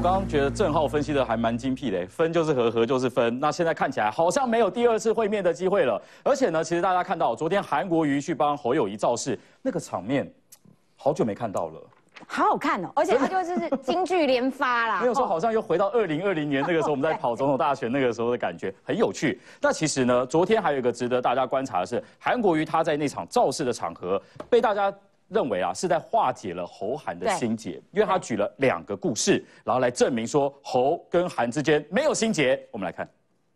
我刚刚觉得郑浩分析的还蛮精辟的，分就是和，和就是分。那现在看起来好像没有第二次会面的机会了。而且呢，其实大家看到昨天韩国瑜去帮侯友宜造势，那个场面，好久没看到了。 好好看哦，而且他就是金句连发啦。 没有说好像又回到2020年那个时候，我们在跑总统大选那个时候的感觉，很有趣。那其实呢，昨天还有一个值得大家观察的是，韩国瑜他在那场造势的场合，被大家认为啊是在化解了侯韩的心结，因为他举了2个故事，然后来证明说侯跟韩之间没有心结。我们来看。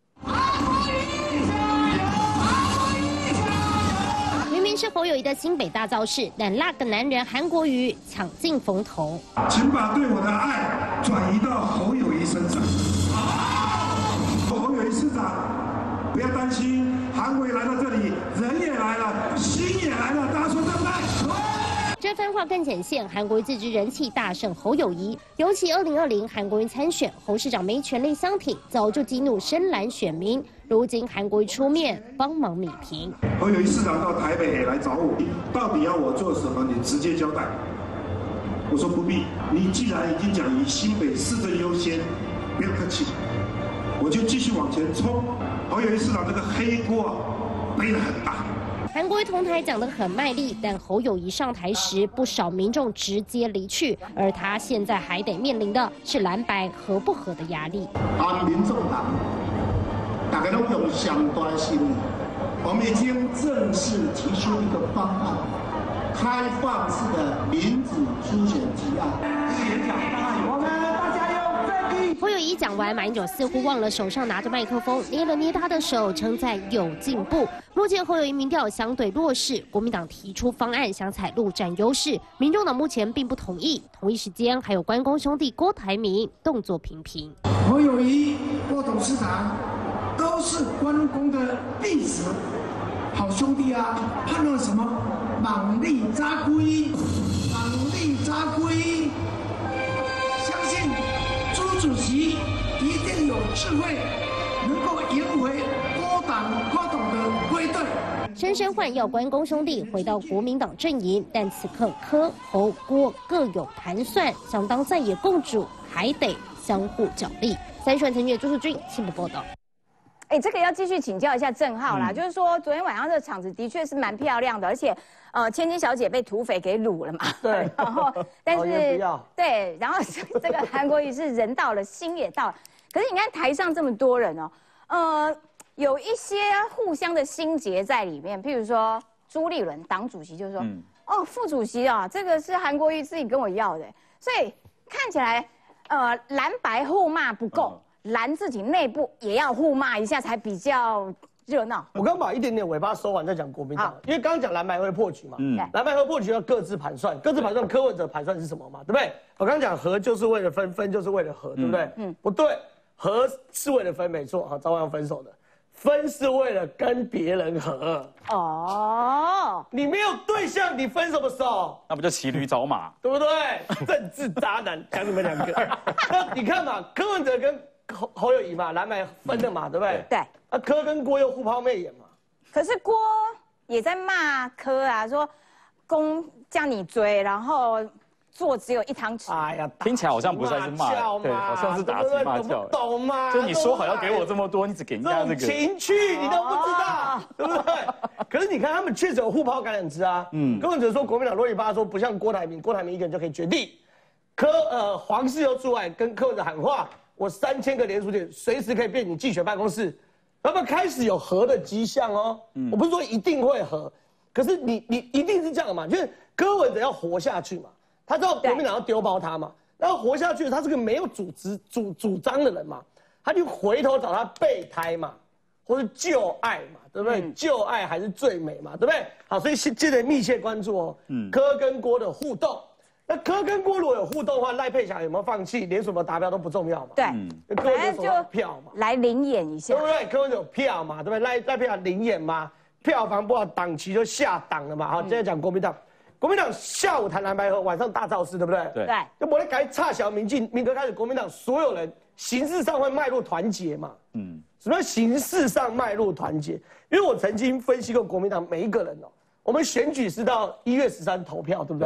是侯友宜的新北大造势，但那个男人韩国瑜抢尽风头。 请把对我的爱转移到侯友宜身上。侯友宜市长，不要担心，韩国瑜来到这里，人也来了，心也来了，大家说对不对？ 这番话更显现韩国瑜自知人气大胜侯友宜，尤其2020韩国瑜参选，侯市长没全力相挺，早就激怒深蓝选民。如今韩国瑜出面帮忙弭平。 侯友宜市长到台北来找我，到底要我做什么？你直接交代。我说不必，你既然已经讲以新北市政优先，不要客气，我就继续往前冲。侯友宜市长这个黑锅背得很大。 韩国瑜同台讲得很卖力，但侯友宜上台时，不少民众直接离去，而他现在还得面临的是蓝白合不合的压力。 民众党，大家都用相当的心意，我们已经正式提出一个方案，开放式的民主初选提案。演讲方案，我们大家要奋力。 侯友宜讲完，马英九似乎忘了手上拿着麦克风，捏了捏他的手，称赞有进步。 目前侯友宜民调相对弱势，国民党提出方案想采陆战优势，民众党目前并不同意。同一时间，还有关公兄弟郭台铭动作频频。 侯友宜、郭董事长都是关公的弟子，好兄弟啊！判断什么？莽力扎龟，莽力扎龟。相信朱主席一定有智慧，能够赢回郭董的归队。 深深换要关公兄弟回到国民党阵营，但此刻柯、侯、郭各有盘算，想当在野共主，还得相互角力。3选陈俊、朱淑君新闻报道。 这个要继续请教一下郑浩啦，就是说昨天晚上这个场子的确是蛮漂亮的，而且千金小姐被土匪给掳了嘛，对，然后但是对，然后这个韩国瑜是人到了，心也到了，可是你看台上这么多人哦，有一些互相的心结在里面，譬如说朱立伦党主席就说，哦，副主席啊，这个是韩国瑜自己跟我要的，所以看起来蓝白互骂不够。 蓝自己内部也要互骂一下，才比较热闹。 我刚把一点点尾巴收完再讲国民党，因为刚刚讲蓝白会破局嘛，蓝白会破局要各自盘算，各自盘算柯文哲盘算是什么嘛，对不对？我刚刚讲和就是为了分，分就是为了和，对不对？不对，和是为了分，没错，好，早晚要分手的。 分是为了跟别人合哦，你没有对象，你分什么手？ 那不就骑驴找马， 对不对？政治渣男，讲你们2个。那你看嘛，柯文哲跟侯友宜嘛，蓝白分的嘛，对不对？ 对。 啊，柯跟郭又互抛媚眼嘛。 可是郭也在骂柯啊，说公叫你追，然后做只有一汤匙。 哎呀，听起来好像不算是骂，对，好像是打情骂俏。 懂吗？ 就你说好要给我这么多，你只给人家这个情趣，你都不知道，对不对？可是你看他们确实有互抛橄榄枝啊。柯文哲说国民党啰里吧嗦说不像郭台铭，郭台铭一个人就可以决定。黄世优出来跟柯文哲喊话，我3000个联署点随时可以变你竞选办公室，他们开始有和的迹象哦。我不是说一定会和，可是你一定是这样嘛，就是柯文哲要活下去嘛。 他知道国民党要丢包他嘛，然后活下去，他是个没有主张的人嘛，他就回头找他备胎嘛，或是旧爱嘛，对不对？旧爱还是最美嘛，对不对？好，所以接着密切关注哦，柯跟郭的互动。那柯跟郭如果有互动的话，赖佩霞有没有放弃，连什么达标都不重要嘛。 对， 柯文哲有票嘛， 来领演一下， 对不对？柯文哲有票嘛，对不对？赖佩霞领演嘛，票房不好，党旗就下党了嘛。好，接着讲国民党。 国民党下午谈蓝白合，晚上大造势，对不对？ 对。 就我来改差小民进，民革开始，国民党所有人形式上会迈入团结嘛。什么叫形式上迈入团结？因为我曾经分析过国民党每一个人哦，我们选举是到1月13投票，对不对？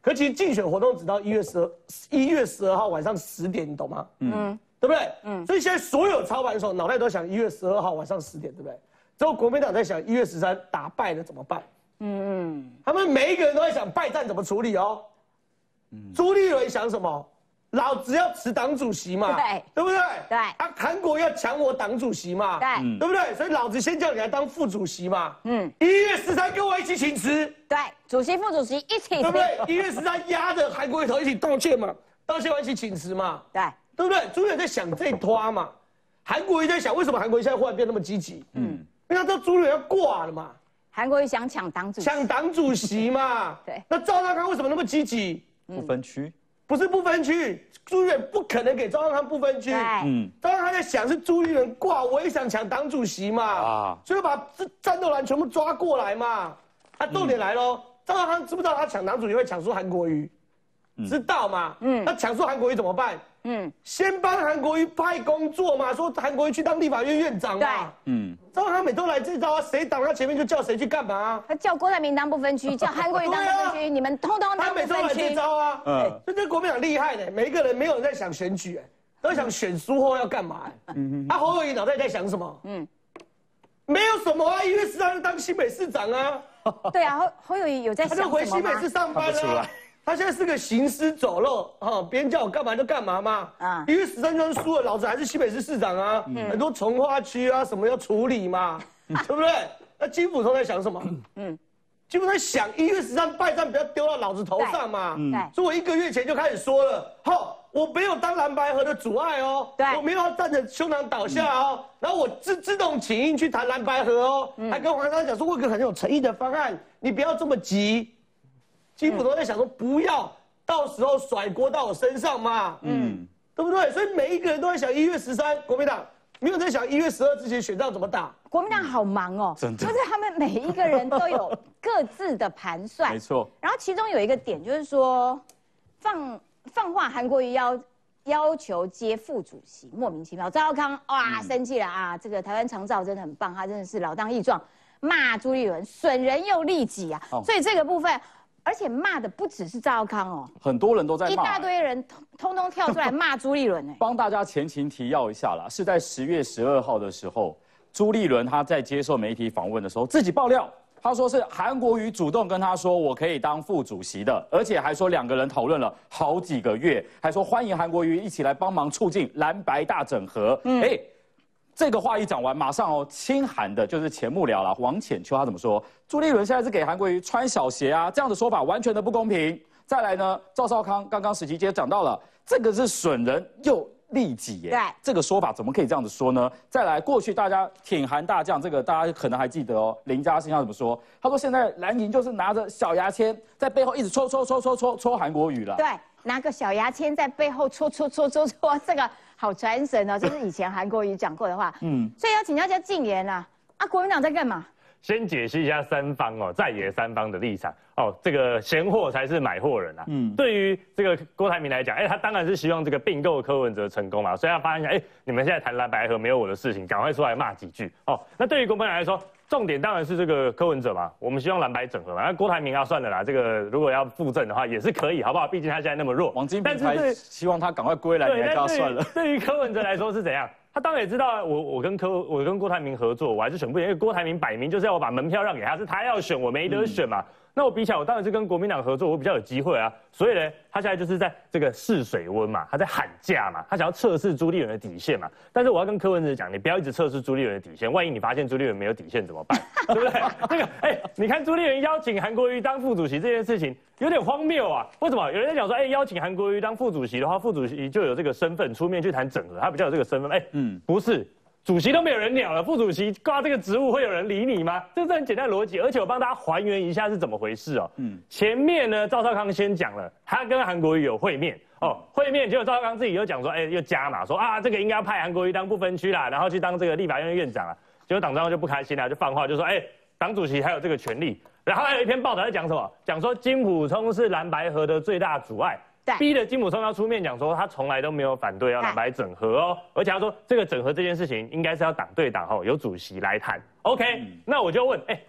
可其实竞选活动只到1月12号晚上10点，你懂吗？对不对？所以现在所有操盘手脑袋都想1月12号晚上10点，对不对？之后国民党在想1月13打败了怎么办？他们每一个人都在想败战怎么处理哦。朱立伦想什么？老子要辞党主席嘛，对不对？ 对。 韩国要抢我党主席嘛，对不对？所以老子先叫你来当副主席嘛。1月13跟我一起请辞。 对，主席、副主席一起。 对不对？1月13压着韩国瑜头一起道歉嘛，道歉完一起请辞嘛。对不对？朱立伦在想这一拖嘛，韩国瑜在想为什么韩国瑜现在忽然变那么积极？因为他知道朱立伦要挂了嘛。 韩国瑜想抢党主席。 抢党主席嘛。对。那赵少康为什么那么积极？ 不分区。 不是不分区，朱立伦不可能给赵少康不分区。赵少康在想是朱立伦挂，我也想抢党主席嘛。所以把战斗蓝全部抓过来嘛。重点来喽，赵少康知不知道他抢党主席会抢输韩国瑜？知道嘛？那抢输韩国瑜怎么办？先帮韩国瑜派工作嘛，说韩国瑜去当立法院院长嘛。赵少康每都来这招啊，谁挡他前面就叫谁去干嘛。 他叫郭台铭当不分区，叫韩国瑜当不分区，你们通通当不分区。 他每都来这招啊。所以这国民党厉害呢，每一个人没有人在想选举，都在想选输后要干嘛。侯友宜脑袋在想什么？没有什么啊，1月13日当新北市长啊。 对啊，侯友宜有在想什么吗？ 他就回新北市上班啊。他现在是个行尸走肉，别人叫我干嘛就干嘛嘛。1月13就输了，老子还是新北市市长啊。很多从化区啊什么要处理嘛，对不对？那金溥聪在想什么？金溥聪在想1月13败战不要丢到老子头上嘛。所以我1个月前就开始说了，我没有当蓝白合的阻碍哦，我没有要站着胸膛倒下哦，然后我自动请缨去谈蓝白合哦，还跟黄珊珊讲说，我有个很有诚意的方案，你不要这么急。金溥聪在想说，不要到时候甩锅到我身上嘛，对不对？所以每一个人都在想1月13，国民党没有在想1月12之前选战怎么打。 国民党好忙哦， 真的， 就是他们每一个人都有各自的盘算， 没错。 然后其中有一个点就是说，放话韩国瑜要求接副主席，莫名其妙。赵少康哇生气了啊，这个台湾长照真的很棒，他真的是老当益壮，骂朱立伦损人又利己啊，所以这个部分。而且骂的不只是赵少康哦， 很多人都在骂， 一大堆人通通跳出来骂朱立伦哎。 帮大家前情提要一下啦，是在10月12号的时候，朱立伦他在接受媒体访问的时候自己爆料，他说是韩国瑜主动跟他说我可以当副主席的，而且还说2个人讨论了好几个月，还说欢迎韩国瑜一起来帮忙促进蓝白大整合。这个话一讲完，马上亲韩的就是前幕僚啦，王浅秋他怎么说？朱立伦现在是给韩国瑜穿小鞋啊，这样的说法完全的不公平。再来呢，赵少康刚刚史琪姐讲到了，这个是损人又利己耶。 对， 这个说法怎么可以这样子说呢？再来，过去大家挺韩大将，这个大家可能还记得哦，林嘉欣他怎么说？他说现在蓝营就是拿着小牙签在背后一直戳韩国瑜了。 对，拿个小牙签在背后戳，这个。好传神哦，这是以前韩国瑜讲过的话。所以要请教一下禁言啊，国民党在干嘛？ 先解析一下三方在野三方的立场这个闲货才是买货人啊。对于这个郭台铭来讲，他当然是希望这个并购柯文哲成功嘛，所以他发现你们现在谈蓝白合没有我的事情，赶快出来骂几句那对于国民党来说，重点当然是这个柯文哲嘛，我们希望蓝白整合嘛。那郭台铭算了啦，这个如果要复政的话也是可以，好不好？毕竟他现在那么弱。 王金平才希望他赶快归来，你还叫他算了。 对于柯文哲来说是怎样？他当然也知道我跟郭台铭合作，我还是选不赢，因为郭台铭摆明就是要我把门票让给他，是他要选，我没得选嘛。那我比起来，我当然是跟国民党合作，我比较有机会啊。所以呢，他现在就是在这个试水温嘛，他在喊价嘛，他想要测试朱立伦的底线嘛。但是我要跟柯文哲讲，你不要一直测试朱立伦的底线，万一你发现朱立伦没有底线怎么办？对不对？这个你看朱立伦邀请韩国瑜当副主席这件事情有点荒谬啊。为什么？有人在讲说，邀请韩国瑜当副主席的话，副主席就有这个身份出面去谈整合，他比较有这个身份。不是。主席都没有人鸟了，副主席挂这个职务会有人理你吗？这是很简单的逻辑，而且我帮大家还原一下是怎么回事哦。前面呢，赵少康先讲了，他跟韩国瑜有会面会面，结果赵少康自己又讲说，又加码说这个应该要派韩国瑜当不分区啦，然后去当这个立法院院长啊。结果党中央就不开心了，就放话就说，党主席还有这个权利。然后还有一篇报道在讲什么？讲说金溥聪是蓝白合的最大阻碍。逼的金溥聪要出面讲说，他从来都没有反对要蓝白整合而且他说这个整合这件事情应该是要党对党有主席来谈。OK，那我就问，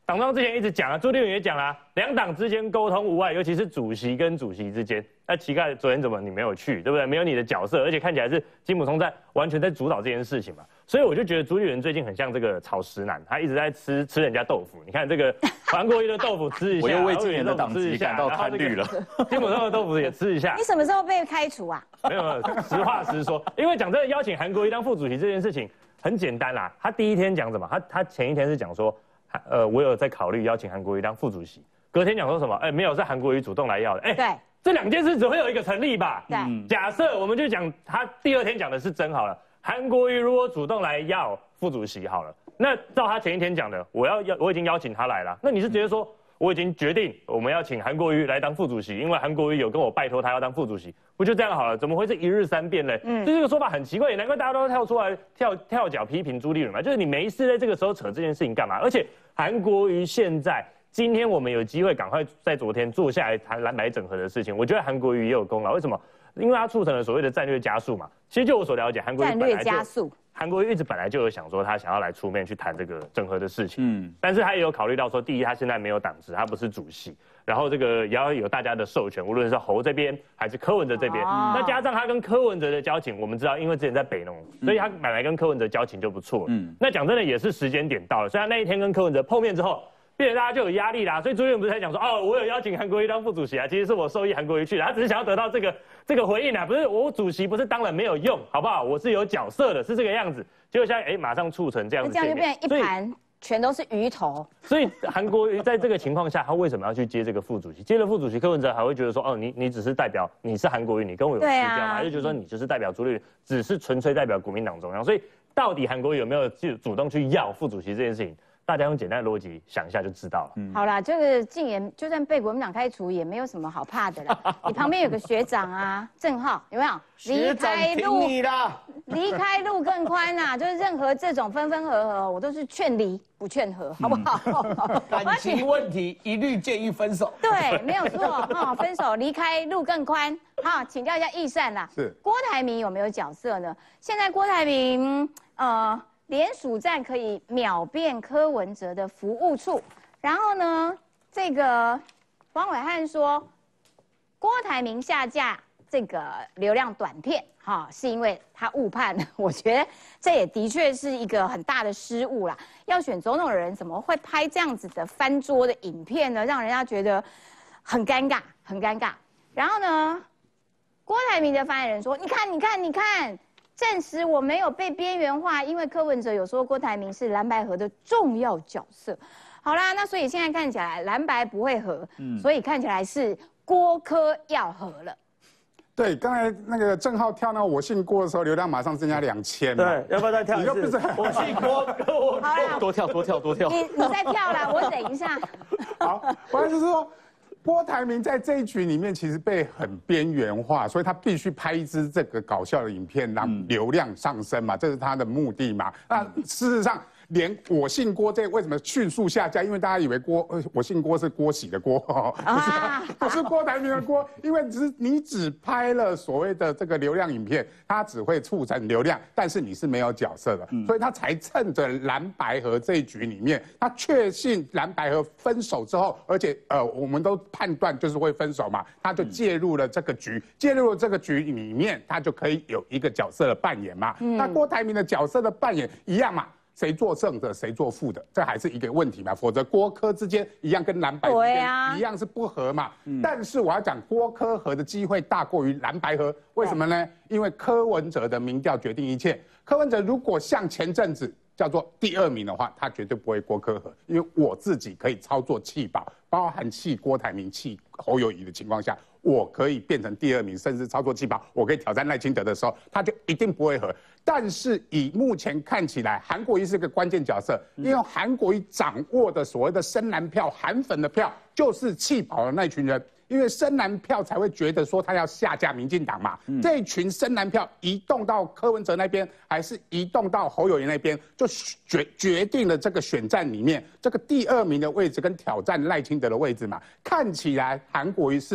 党中央之前一直讲啊，朱立伦也讲啦，两党之间沟通无碍，尤其是主席跟主席之间。那奇怪，昨天怎么你没有去，对不对？没有你的角色，而且看起来是金溥聪完全在主导这件事情嘛。所以我就觉得朱立伦最近很像这个草食男，他一直在吃人家豆腐。你看这个韩国瑜的豆腐吃一下， 我又为今年的党籍感到贪虑了。 金溥聪的豆腐也吃一下。 你什么时候被开除啊？ 没有，实话实说，因为讲真的，邀请韩国瑜当副主席这件事情很简单啦。他第一天讲什么？他前一天是讲说。我有在考虑邀请韩国瑜当副主席，隔天讲说什么？没有，是韩国瑜主动来要的。 对， 这两件事只会有一个成立吧？ 对。 假设我们就讲他第二天讲的是真好了，韩国瑜如果主动来要副主席好了，那照他前一天讲的，我已经邀请他来了，那你是直接说我已经决定我们要请韩国瑜来当副主席，因为韩国瑜有跟我拜托他要当副主席，不就这样好了？怎么会是一日三变嘞？就这个说法很奇怪，也难怪大家都跳出来跳脚批评朱立伦嘛，就是你没事在这个时候扯这件事情干嘛？而且韩国瑜今天我们有机会赶快在昨天坐下来谈蓝白整合的事情，我觉得韩国瑜也有功劳。为什么？因为他促成了所谓的战略加速嘛。其实就我所了解，韩国瑜韩国瑜本来就有想说他想要来出面去谈这个整合的事情，但是他也有考虑到说，第一他现在没有党职，他不是主席，然后这个也要有大家的授权，无论是侯这边还是柯文哲这边，那加上他跟柯文哲的交情，我们知道，因为之前在北农，所以他本来跟柯文哲交情就不错，那讲真的也是时间点到了，所以他那一天跟柯文哲碰面之后。变成大家就有压力啦，所以朱立伦不是才讲说，我有邀请韩国瑜当副主席啊，其实是我授意韩国瑜去的，他只是想要得到这个回应啊，不是我主席不是当然没有用，好不好？我是有角色的，是这个样子。结果现在马上促成这样子， 这样就变成一盘全都是鱼头。 所以韩国瑜在这个情况下，他为什么要去接这个副主席？接了副主席，柯文哲还会觉得说，你只是代表你是韩国瑜，你跟我有私交嘛？他就觉得说你就是代表朱立伦，只是纯粹代表国民党中央。所以到底韩国瑜有没有主动去要副主席这件事情？大家用简单的逻辑想一下就知道了。 好啦，这个禁言就算被国民党开除，也没有什么好怕的啦。你旁边有个学长啊，郑浩有没有？ 学长挺你啦， 离开路更宽呐。就是任何这种分分合合，我都是劝离不劝和，好不好？ 感情问题一律建议分手。 对，没有错哈，分手离开路更宽。好，请教一下奕善啦， 是郭台铭有没有角色呢？现在郭台铭联署站可以秒变柯文哲的服务处，然后呢，这个黄伟汉说，郭台铭下架这个流量短片，是因为他误判了。我觉得这也的确是一个很大的失误啦。要选总统的人怎么会拍这样子的翻桌的影片呢？让人家觉得很尴尬，很尴尬。然后呢，郭台铭的发言人说，你看。证实我没有被边缘化，因为柯文哲有说郭台铭是蓝白合的重要角色。好啦，那所以现在看起来蓝白不会合，所以看起来是郭柯要合了。 对，刚才那个郑浩跳那我姓郭的时候，流量马上增加2000。 对，要不要再跳一次？ 你又不是我姓郭， 好啦， 多跳。 你再跳啦，我等一下。 好，我就是说。郭台铭在这一局里面其实被很边缘化，所以他必须拍一支这个搞笑的影片，让流量上升嘛，这是他的目的嘛。那事实上，连我姓郭这为什么迅速下架？因为大家以为我姓郭是郭喜的郭，不是郭台铭的郭，因为你只拍了所谓的这个流量影片，它只会促成流量，但是你是没有角色的，所以他才趁着蓝白合这一局里面，他确信蓝白合分手之后，而且我们都判断就是会分手嘛，他就介入了这个局，里面，他就可以有一个角色的扮演嘛。那郭台铭的角色的扮演一样嘛。谁做正的，谁做副的，这还是一个问题嘛？否则郭柯之间一样跟蓝白之间一样是不合嘛。但是我要讲郭柯合的机会大过于蓝白合，为什么呢？因为柯文哲的民调决定一切。柯文哲如果像前阵子叫做第2名的话，他绝对不会郭柯合，因为我自己可以操作弃保，包含弃郭台铭、弃侯友宜的情况下，我可以变成第2名，甚至操作弃保，我可以挑战赖清德的时候，他就一定不会合。但是以目前看起来，韩国瑜是个关键角色，因为韩国瑜掌握的所谓的深蓝票、韩粉的票，就是弃保的那群人。因为深蓝票才会觉得说他要下架民进党嘛，这一群深蓝票移动到柯文哲那边，还是移动到侯友宜那边，就决定了这个选战里面这个第2名的位置跟挑战赖清德的位置嘛。看起来韩国瑜是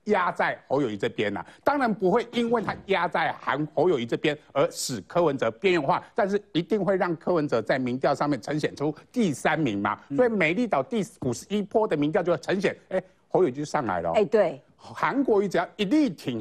压在侯友宜这边呐，当然不会因为他压在侯友宜这边而使柯文哲边缘化，但是一定会让柯文哲在民调上面呈现出第3名嘛。所以美丽岛第51波的民调就会呈现，侯友宜就上来了。 对， 韩国瑜只要一力挺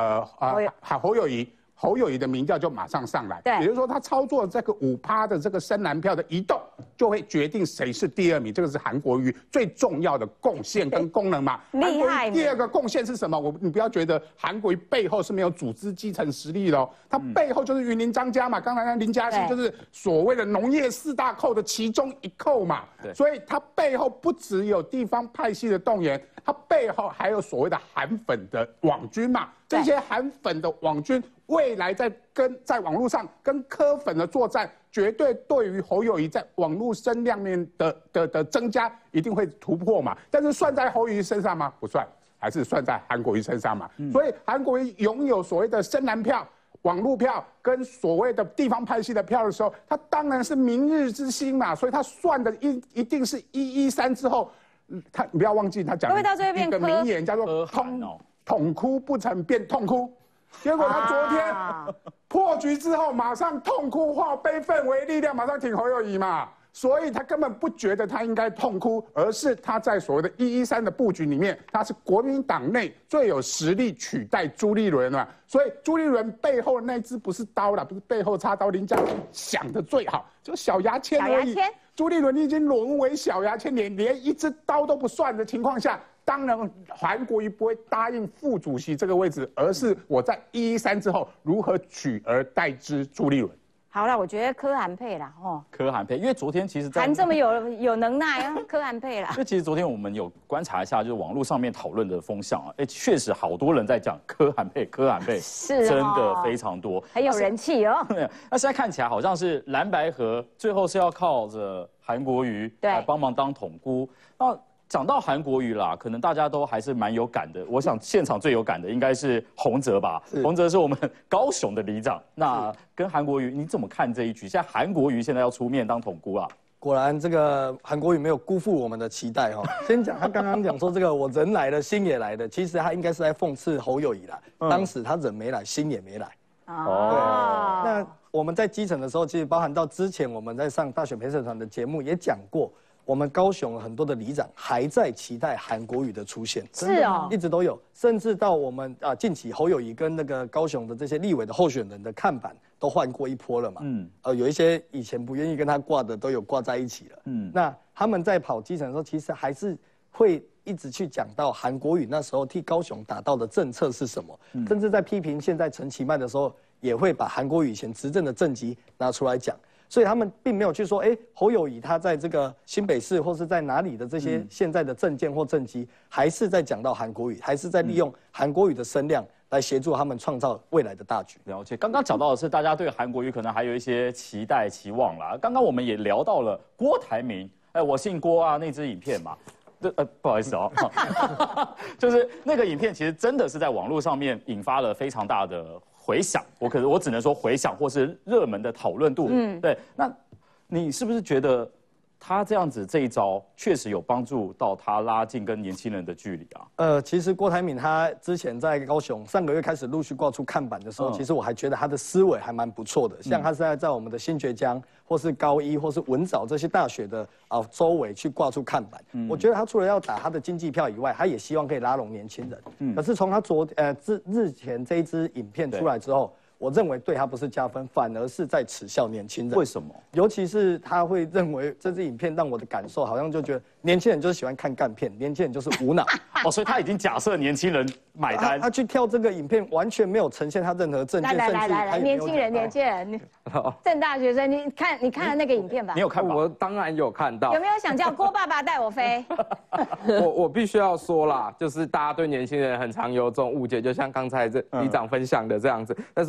侯友宜的民调就马上上来，也就是说，他操作这个5%的这个深蓝票的移动，就会决定谁是第2名。这个是韩国瑜最重要的贡献跟功能嘛。 厉害。 第2个贡献是什么？你不要觉得韩国瑜背后是没有组织基层实力的哦，他背后就是云林张家嘛。刚才林佳馨就是所谓的农业4大寇的其中1寇嘛。所以他背后不只有地方派系的动员，他背后还有所谓的韩粉的网军嘛。这些韩粉的网军未来在网络上跟柯粉的作战，绝对对于侯友宜在网络声量面的增加一定会突破嘛。但是算在侯友宜身上吗？不算，还是算在韩国瑜身上嘛。所以韩国瑜拥有所谓的深蓝票、网络票跟所谓的地方派系的票的时候，他当然是明日之星嘛。所以他算的一定是113之后，你不要忘记他讲一个名言叫做痛哭不曾变痛哭，结果他昨天破局之后，马上痛哭化悲愤为力量，马上挺侯友宜嘛。所以他根本不觉得他应该痛哭，而是他在所谓的113的布局里面，他是国民党内最有实力取代朱立伦嘛。所以朱立伦背后那支不是刀啦，不是背后插刀，林佳馨想的最好，就小牙签而已。朱立伦已经沦为小牙签，连一支刀都不算的情况下。当然，韩国瑜不会答应副主席这个位置，而是我在113之后如何取而代之朱立伦。 好了，我觉得柯韩配啦， 柯韩配，因为昨天其实韩这么有能耐啊，柯韩配啦。 因为其实昨天我们有观察一下，就是网络上面讨论的风向啊，确实好多人在讲柯韩配，是真的非常多， 很有人气哦。 那现在看起来好像是蓝白合最后是要靠着韩国瑜来帮忙当统姑。那讲到韩国瑜啦，可能大家都还是蛮有感的。我想现场最有感的应该是洪哲吧。洪哲是我们高雄的里长。那跟韩国瑜，你怎么看这一局？现在韩国瑜现在要出面当统姑啊？ 果然，这个韩国瑜没有辜负我们的期待哈。先讲他刚刚讲说这个我人来了，心也来了，其实他应该是在讽刺侯友宜啦。当时他人没来，心也没来。哦。那我们在基层的时候，其实包含到之前我们在上大选陪审团的节目也讲过。我们高雄很多的里长还在期待韩国瑜的出现， 是哦， 一直都有，甚至到我们近期侯友宜跟那个高雄的这些立委的候选人的看板都换过一波了嘛，有一些以前不愿意跟他挂的都有挂在一起了，那他们在跑基层的时候，其实还是会一直去讲到韩国瑜那时候替高雄打到的政策是什么，甚至在批评现在陈其迈的时候，也会把韩国瑜以前执政的政绩拿出来讲。所以他们并没有去说，侯友宜他在这个新北市或是在哪里的这些现在的政见或政绩，还是在讲到韩国瑜，还是在利用韩国瑜的声量来协助他们创造未来的大局。 了解，刚刚讲到的是大家对韩国瑜可能还有一些期待期望啦。刚刚我们也聊到了郭台铭，我姓郭啊那支影片嘛。不好意思哦，就是那个影片其实真的是在网络上面引发了非常大的回响，我只能说回响或是热门的讨论度。对，那你是不是觉得他这样子这一招确实有帮助到他拉近跟年轻人的距离啊？ 其实郭台铭他之前在高雄上个月开始陆续挂出看板的时候，其实我还觉得他的思维还蛮不错的，像他是在我们的新崛江或是高一或是文藻这些大学的周围去挂出看板。我觉得他除了要打他的经济票以外，他也希望可以拉拢年轻人。可是从他日前这一支影片出来之后，我认为对他不是加分，反而是在耻笑年轻人。 为什么？ 尤其是他会认为这支影片让我的感受好像就觉得年轻人就是喜欢看干片，年轻人就是无脑。 所以他已经假设年轻人买单。 他去跳这个影片，完全没有呈现他任何政见。 来，年轻人，政大学生，你看了那个影片吧？ 你有看吗？ 我当然有看到。 有没有想叫郭爸爸带我飞？ 我必须要说啦，就是大家对年轻人很常有这种误解，就像刚才里长分享的这样子。但是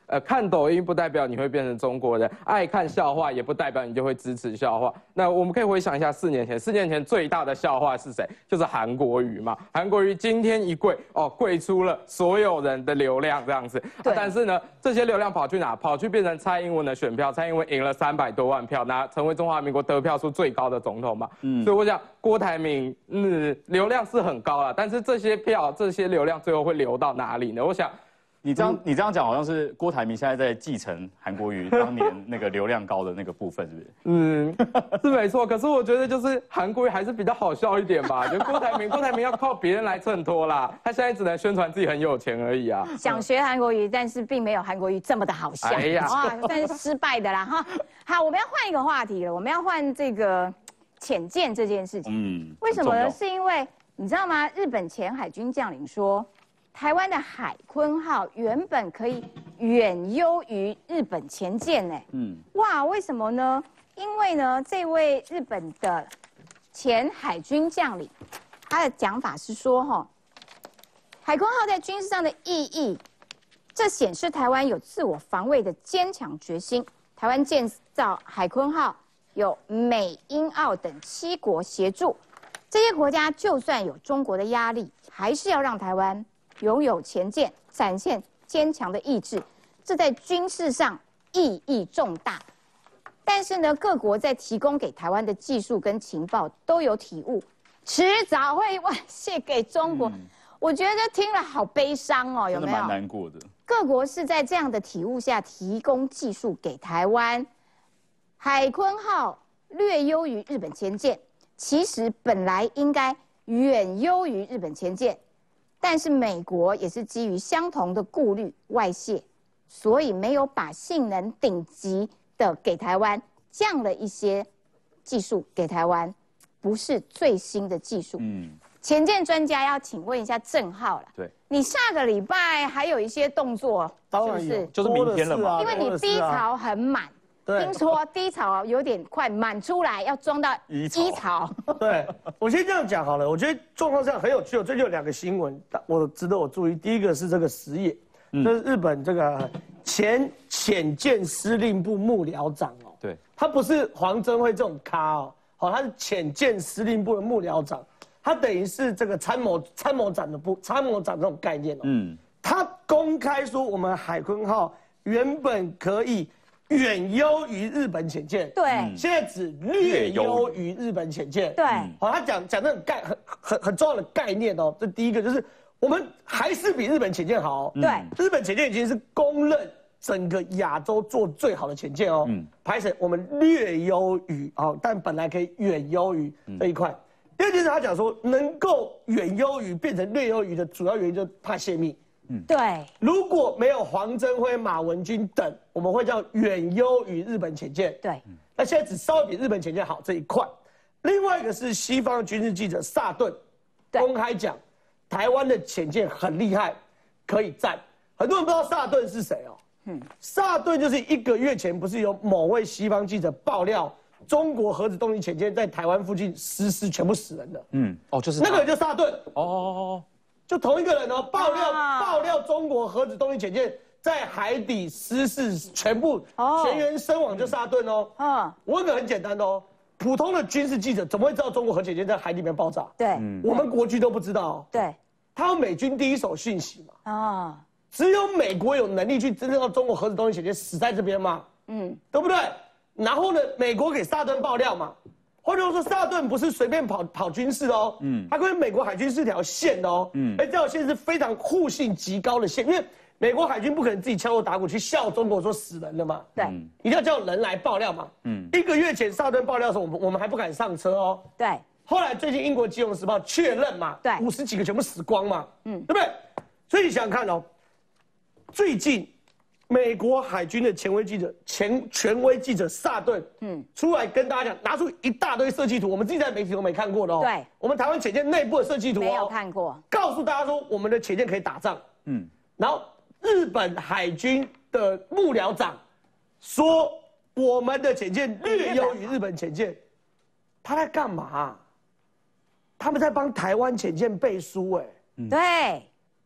看抖音不代表你会变成中国人，爱看笑话也不代表你就会支持笑话。那我们可以回想一下4年前最大的笑话是谁？就是韩国瑜嘛。韩国瑜今天一跪，跪出了所有人的流量这样子。但是呢，这些流量跑去哪？跑去变成蔡英文的选票，蔡英文赢了300多万票，成为中华民国得票数最高的总统嘛。所以我想郭台铭，流量是很高了，但是这些票、这些流量最后会流到哪里呢？我想。 你这样讲，好像是郭台铭现在在继承韩国瑜当年那个流量高的那个部分，是不是？ 是没错。可是我觉得就是韩国瑜还是比较好笑一点吧。就郭台铭要靠别人来衬托啦，他现在只能宣传自己很有钱而已啊。 想学韩国瑜，但是并没有韩国瑜这么的好笑。哎呀，算是失败的啦哈。好，我们要换一个话题了，我们要换这个潜舰这件事情。为什么呢？是因为你知道吗？日本前海军将领说。台湾的海鲲号原本可以远优于日本前舰呢。哇，为什么呢？因为呢，这位日本的前海军将领，他的讲法是说，海鲲号在军事上的意义，这显示台湾有自我防卫的坚强决心。台湾建造海鲲号有美、英、澳等7国协助，这些国家就算有中国的压力，还是要让台湾。拥有前舰，展现坚强的意志，这在军事上意义重大。但是呢，各国在提供给台湾的技术跟情报都有体悟，迟早会外泄给中国。我觉得听了好悲伤哦，有没有？ 真的蛮难过的。 各国是在这样的体悟下提供技术给台湾。海鲲号略优于日本前舰，其实本来应该远优于日本前舰。但是美国也是基于相同的顾虑外泄，所以没有把性能顶级的给台湾，降了一些技术给台湾，不是最新的技术。前舰专家要请问一下郑浩了。 对， 你下个礼拜还有一些动作，是不是？ 就是明天了嘛。 因为你低潮很满。听说低潮有点快满出来，要装到一槽。 对，我先这样讲好了。我觉得状况上很有趣。最近有2个新闻，值得我注意。第一个是这个石野，这是日本这个前潜舰司令部幕僚长哦。 对， 他不是黄珍辉这种咖哦，他是潜舰司令部的幕僚长，他等于是这个参谋长这种概念哦。他公开说我们海鲲号原本可以。远优于日本潜舰， 对， 现在只略优于日本潜舰， 对， 他讲那种很重要的概念哦。这第一个就是我们还是比日本潜舰好， 对， 日本潜舰已经是公认整个亚洲做最好的潜舰哦。拍成我们略优于但本来可以远优于这一块。第二件事，他讲说能够远优于变成略优于的主要原因就是怕泄密。 对， 如果没有黄珍辉、马文君等，我们会叫远优于日本潜舰。 对， 那现在只稍微比日本潜舰好这一块。另外一个是西方军事记者萨顿公开讲，台湾的潜舰很厉害，可以战。很多人不知道萨顿是谁哦。萨顿就是1个月前不是有某位西方记者爆料，中国核子动力潜舰在台湾附近失事，全部死人的。就是那个人就萨顿。就同一个人哦，爆料中国核子动力潜舰在海底失事，全员身亡就萨顿哦。我问个很简单的哦，普通的军事记者怎么会知道中国核潜舰在海里面爆炸？ 对， 我们国军都不知道。 对， 他有美军第一手讯息嘛？只有美国有能力去侦测到中国核子动力潜舰死在这边吗？对不对？然后呢，美国给萨顿爆料嘛。或者说，萨顿不是随便跑军事的哦，他跟美国海军是条线的哦，而这条线是非常互信极高的线，因为美国海军不可能自己敲锣打鼓去笑中国说死人了嘛， 对， 一定要叫人来爆料嘛，1个月前萨顿爆料的时候，我们还不敢上车哦， 对， 后来最近英国《金融时报》确认嘛，对，50几个全部死光嘛，对不对？所以你想想看哦，最近。美国海军的权威记者萨顿，出来跟大家讲，拿出一大堆设计图，我们自己在媒体都没看过的哦。 对， 我们台湾潜舰内部的设计图没有看过， 告诉大家说我们的潜舰可以打仗。然后日本海军的幕僚长说我们的潜舰略优于日本潜舰，他在干嘛？他们在帮台湾潜舰背书， 对。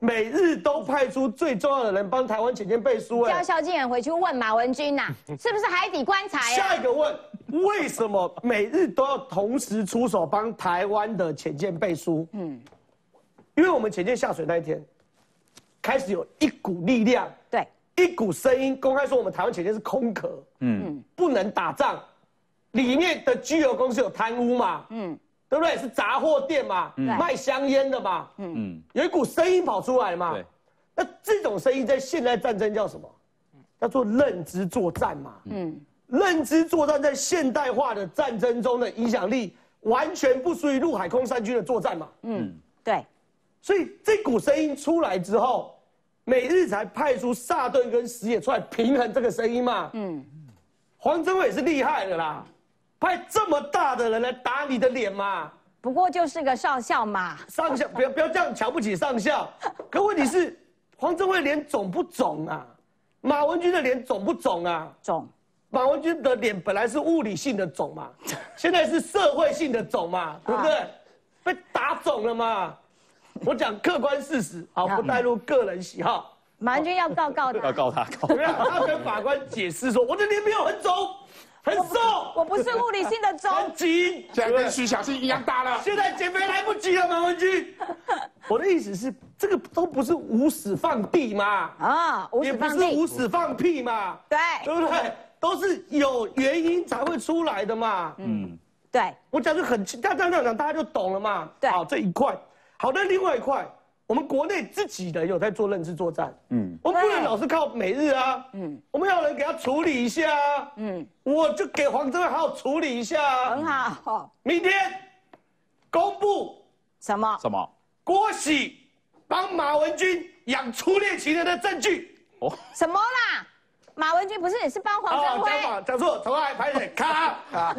美日都派出最重要的人帮台湾潜舰背书， 叫萧敬腾回去问马文君呐，是不是海底棺材？ 下一个问，为什么美日都要同时出手帮台湾的潜舰背书？因为我们潜舰下水那一天，开始有一股力量， 对， 一股声音公开说我们台湾潜舰是空壳，不能打仗，里面的居油公司有贪污嘛，对不对？是杂货店嘛，卖香烟的嘛，有一股声音跑出来嘛，那这种声音在现代战争叫什么？叫做认知作战嘛，认知作战在现代化的战争中的影响力，完全不输于陆海空三军的作战嘛， 对， 所以这股声音出来之后，美日才派出萨顿跟石野出来平衡这个声音嘛，黄征辉也是厉害的啦。派这么大的人来打你的脸嘛？ 不过就是个上校嘛。 上校，不要这样瞧不起上校。可问题是，黄征辉脸肿不肿啊？马文君的脸肿不肿啊？ 肿。 马文君的脸本来是物理性的肿嘛，现在是社会性的肿嘛，对不对？被打肿了嘛？我讲客观事实，好，不带入个人喜好。 马文君要告他， 要告他， 他跟法官解释说，我的脸没有很肿。很瘦， 我不是物理性的肿， 很紧， 现在跟徐小新一样大了。 现在减肥来不及了，马文君。我的意思是，这个都不是无屎放屁嘛， 无屎放屁， 也不是无屎放屁嘛，对不对？都是有原因才会出来的嘛。 对， 我讲就很，这样讲大家就懂了嘛。 对， 好，这一块，好，那另外一块。我们国内自己人有在做认知作战，我们不能老是靠美日啊，我们要有人给他处理一下啊，我就给黄征辉好好处理一下啊， 很好。 明天公布什么？ 郭喜帮马文君养初恋情人的证据。 什么啦？马文君不是也是帮黄征辉？ 讲错，重来，拍点，咔。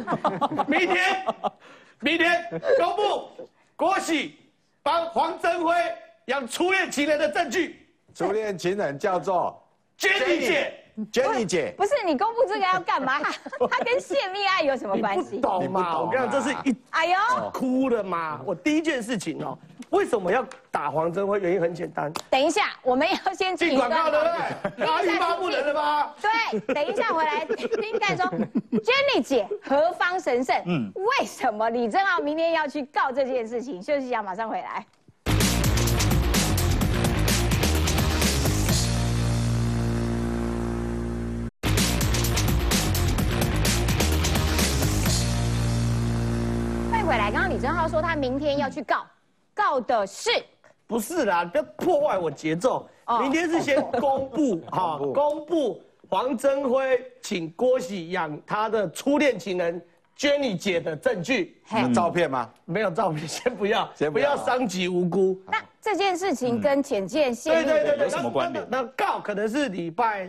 明天公布郭喜帮黄征辉养初恋情人的证据， 初恋情人叫做 Jenny 姐， 不是你公布这个要干嘛？他跟泄密案有什么关系？ 你不懂嘛？我跟你讲，这是哭了嘛。我第一件事情哦，为什么要打黄征辉？原因很简单。 等一下，我们要先进广告，对不对？他欲罢不能了吧？ 对，等一下回来听盖说 ，Jenny 姐何方神圣？为什么李正皓明天要去告这件事情？休息一下，马上回来。回来，刚刚李正皓说他明天要去告的是， 不是啦？不要破坏我节奏。明天是先公布公布黄征辉请郭喜养他的初恋情人 Jenny 姐的证据。 有照片吗？ 没有照片，先不要，不要伤及无辜。 那这件事情跟潜舰泄密有什么关联？那告可能是礼拜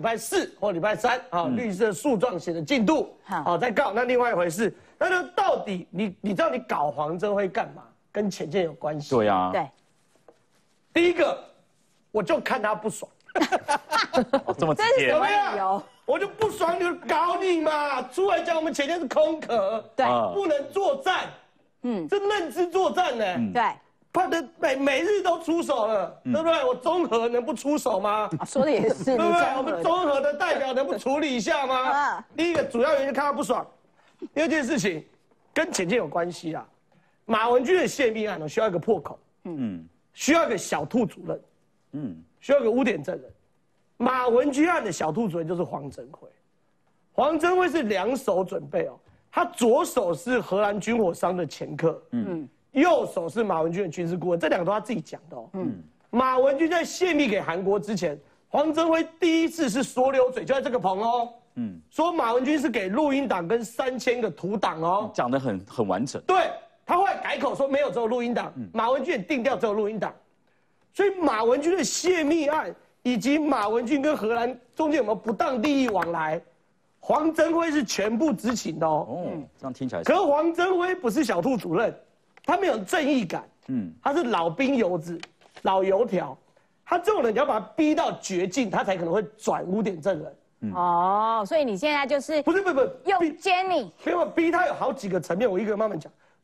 4或礼拜3律师的诉状写的进度，再告，那另外一回事。那就到底你知道你搞黄征辉干嘛？跟潜舰有关系？ 对呀。 对。 第一个，我就看他不爽。 这么直接？ 有没有？我就不爽，就搞你嘛！出来讲我们潜舰是空壳， 对， 不能作战。这认知作战呢？ 对。 怕的美日都出手了，对不对？我中和能不出手吗？ 说的也是，对不对？我们中和的代表能不处理一下吗？第一个主要原因看他不爽。第二件事情跟潜舰有关系啦，马文君的泄密案需要一个破口，需要一个小兔主任，需要一个污点证人。马文君案的小兔主任就是黄征辉，黄征辉是2手准备哦，他左手是荷兰军火商的掮客，右手是马文君的军事顾问，这2个都他自己讲的哦。马文君在泄密给韩国之前，黄征辉第一次是说溜嘴，就在这个棚哦。说马文君是给录音档跟3000个图档哦， 讲得很完整。 对，他后来改口说没有，只有录音档。马文君也定调只有录音档，所以马文君的泄密案以及马文君跟荷兰中间有没有不当利益往来，黄征辉是全部知情的哦。 这样听起来。 可是黄征辉不是小兔主任，他没有正义感，他是老兵油子、老油条，他这种人你要把他逼到绝境，他才可能会转污点证人。 所以你现在就是不是用 Jenny， 没有逼他有好几个层面，我一个慢慢讲。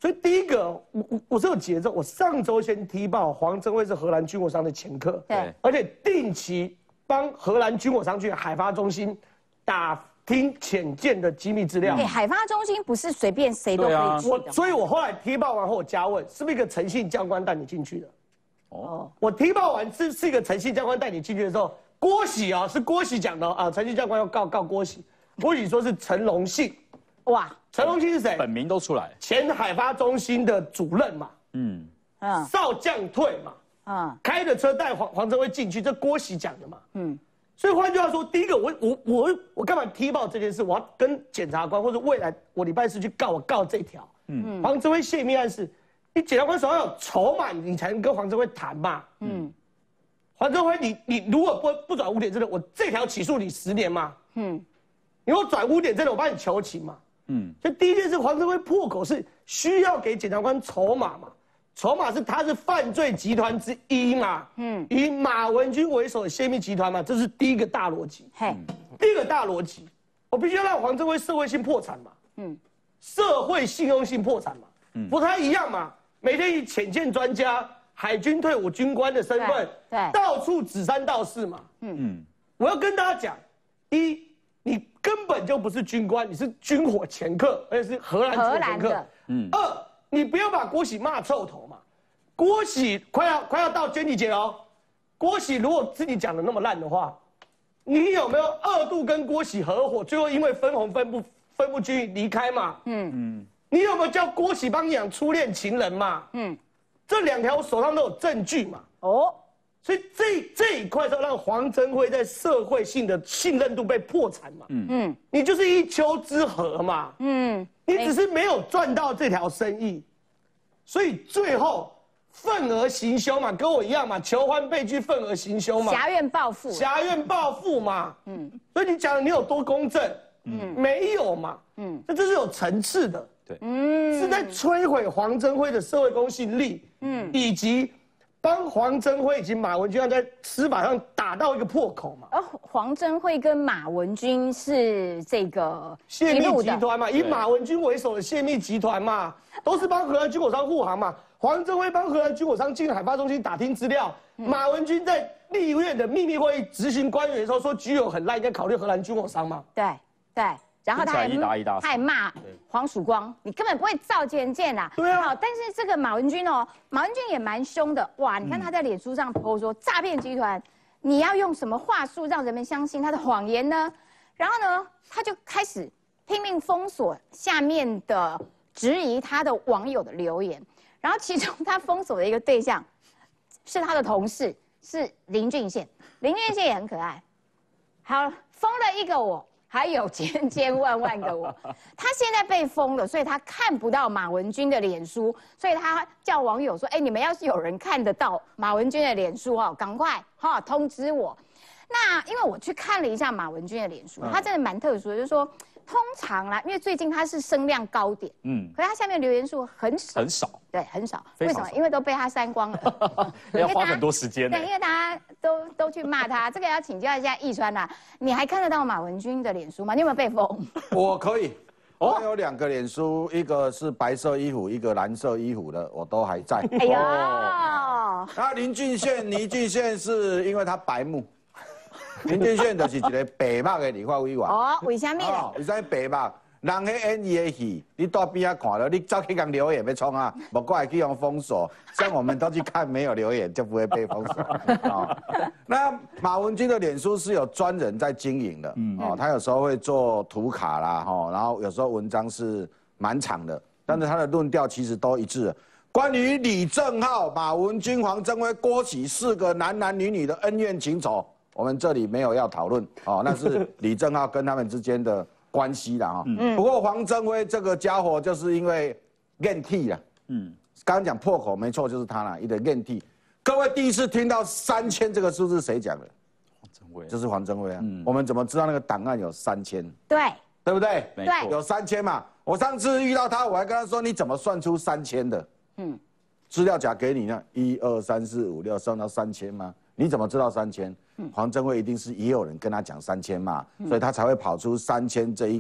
所以第一个，我是有节奏。我上周先踢爆黄镇辉是荷兰军火商的前客， 对， 而且定期帮荷兰军火商去海发中心打听潜舰的机密资料。 海发中心不是随便谁都可以去的。 所以我后来踢爆完后，我加问，是不是一个诚信将官带你进去的？哦，我踢爆完是一个诚信将官带你进去的时候，郭喜啊，是郭喜讲的啊，诚信将官要告郭喜，郭喜说是陈荣信，哇。陈荣信是谁？ 本名都出来， 前海发中心的主任嘛，少将退嘛，开着车带黄镇辉进去，这郭喜讲的嘛，所以换句话说，第一个我干嘛踢爆这件事？我要跟检察官或者未来我礼拜四去告这条，黄镇辉泄密案是，你检察官手上有筹码，你才能跟黄镇辉谈嘛，黄镇辉你如果不转污点证的，我这条起诉你10年嘛，你如果转污点证的，我帮你求情嘛。所以第一件事，黄镇辉破口是需要给检察官筹码嘛，筹码是他是犯罪集团之一嘛，以马文君为首的泄密集团嘛，这是第一个大逻辑。第二个大逻辑，我必须要让黄镇辉社会性破产嘛，社会信用性破产嘛，不太一样嘛，每天以潜舰专家、海军退伍军官的身份，到处指三道四嘛，我要跟大家讲，你根本就不是军官，你是军火掮客，而且是荷兰军火掮客。二，你不要把郭喜骂臭头嘛。郭喜快要到监理节哦。郭喜如果自己讲的那么烂的话，你有没有2度跟郭喜合伙，最后因为分红分不均匀离开嘛？你有没有叫郭喜帮你养初恋情人嘛？这2条我手上都有证据嘛。所以这一块是让黄镇辉在社会性的信任度被破产嘛，你就是一丘之貉嘛，你只是没有赚到这条生意，所以最后愤而行凶嘛，跟我一样嘛，求欢被拒，愤而行凶嘛， 挟怨报复嘛，所以你讲的你有多公正，没有嘛，这是有层次的，对，是在摧毁黄镇辉的社会公信力，以及。帮黄镇辉以及马文君在司法上打到一个破口嘛？ 而黄镇辉跟马文君是这个泄密集团嘛，以马文君为首的泄密集团嘛，都是帮荷兰军火商护航嘛。黄镇辉帮荷兰军火商进海发中心打听资料，马文君在立院的秘密会议执行官员的时候说居友很烂，应该考虑荷兰军火商嘛。 对。然后他还骂黄曙光，你根本不会造潜舰啦。 对啊。 但是这个马文君哦，马文君也蛮凶的哇！你看他在脸书上po说，诈骗集团，你要用什么话术让人们相信他的谎言呢？然后呢，他就开始拼命封锁下面的质疑他的网友的留言，然后其中他封锁的一个对象是他的同事，是林俊宪。林俊宪也很可爱，好封了一个我。还有千万个我，他现在被封了，所以他看不到马文君的脸书，所以他叫网友说：“你们要是有人看得到马文君的脸书哦，赶快通知我。”那因为我去看了一下马文君的脸书，他真的蛮特殊的，就是说通常啦，因为最近他是声量高点，可是他下面留言数很少，对，很少。为什么？因为都被他删光了， 要花很多时间。 对，因为大家都去骂他。这个要请教一下易川啦，你还看得到马文君的脸书吗？你有没有被封？ 我可以，我有2个脸书，一个是白色衣服，一个蓝色衣服的，我都还在。哎呦，那倪俊宪是因为他白目。林俊宪就是一个白目的立法委员。 为什么？ 为啥白目？人喺演伊的戏，你到边啊看了，你早去讲留言要冲啊，不过来去用封锁。像我们都去看，没有留言就不会被封锁。那马文君的脸书是有专人在经营的，他有时候会做图卡啦，然后有时候文章是蛮长的，但是他的论调其实都一致。关于李正皓、马文君、黄镇辉、郭喜4个男女的恩怨情仇。我们这里没有要讨论那是李正皓跟他们之间的关系啦不过黄镇辉这个家伙就是因为怨气啦，刚刚讲破口没错，就是他啦，一个怨气。各位第一次听到3000这个数字谁讲的？黄镇辉，就是黄镇辉啊。我们怎么知道那个档案有3000？对不对？ 对， 有3000嘛。我上次遇到他，我还跟他说你怎么算出3000的？资料夹给你呢，1、2、3、4、5、6，算到3000吗？你怎么知道3000？黄镇辉一定是也有人跟他讲3000嘛，所以他才会跑出3000这一个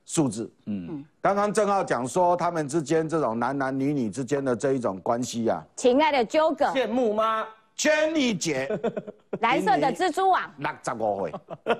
数字。刚刚正浩讲说他们之间这种男男女女之间的这一种关系啊， 情爱的纠葛， 羡慕吗？ 娟妮姐， 蓝色的蜘蛛网 ，65岁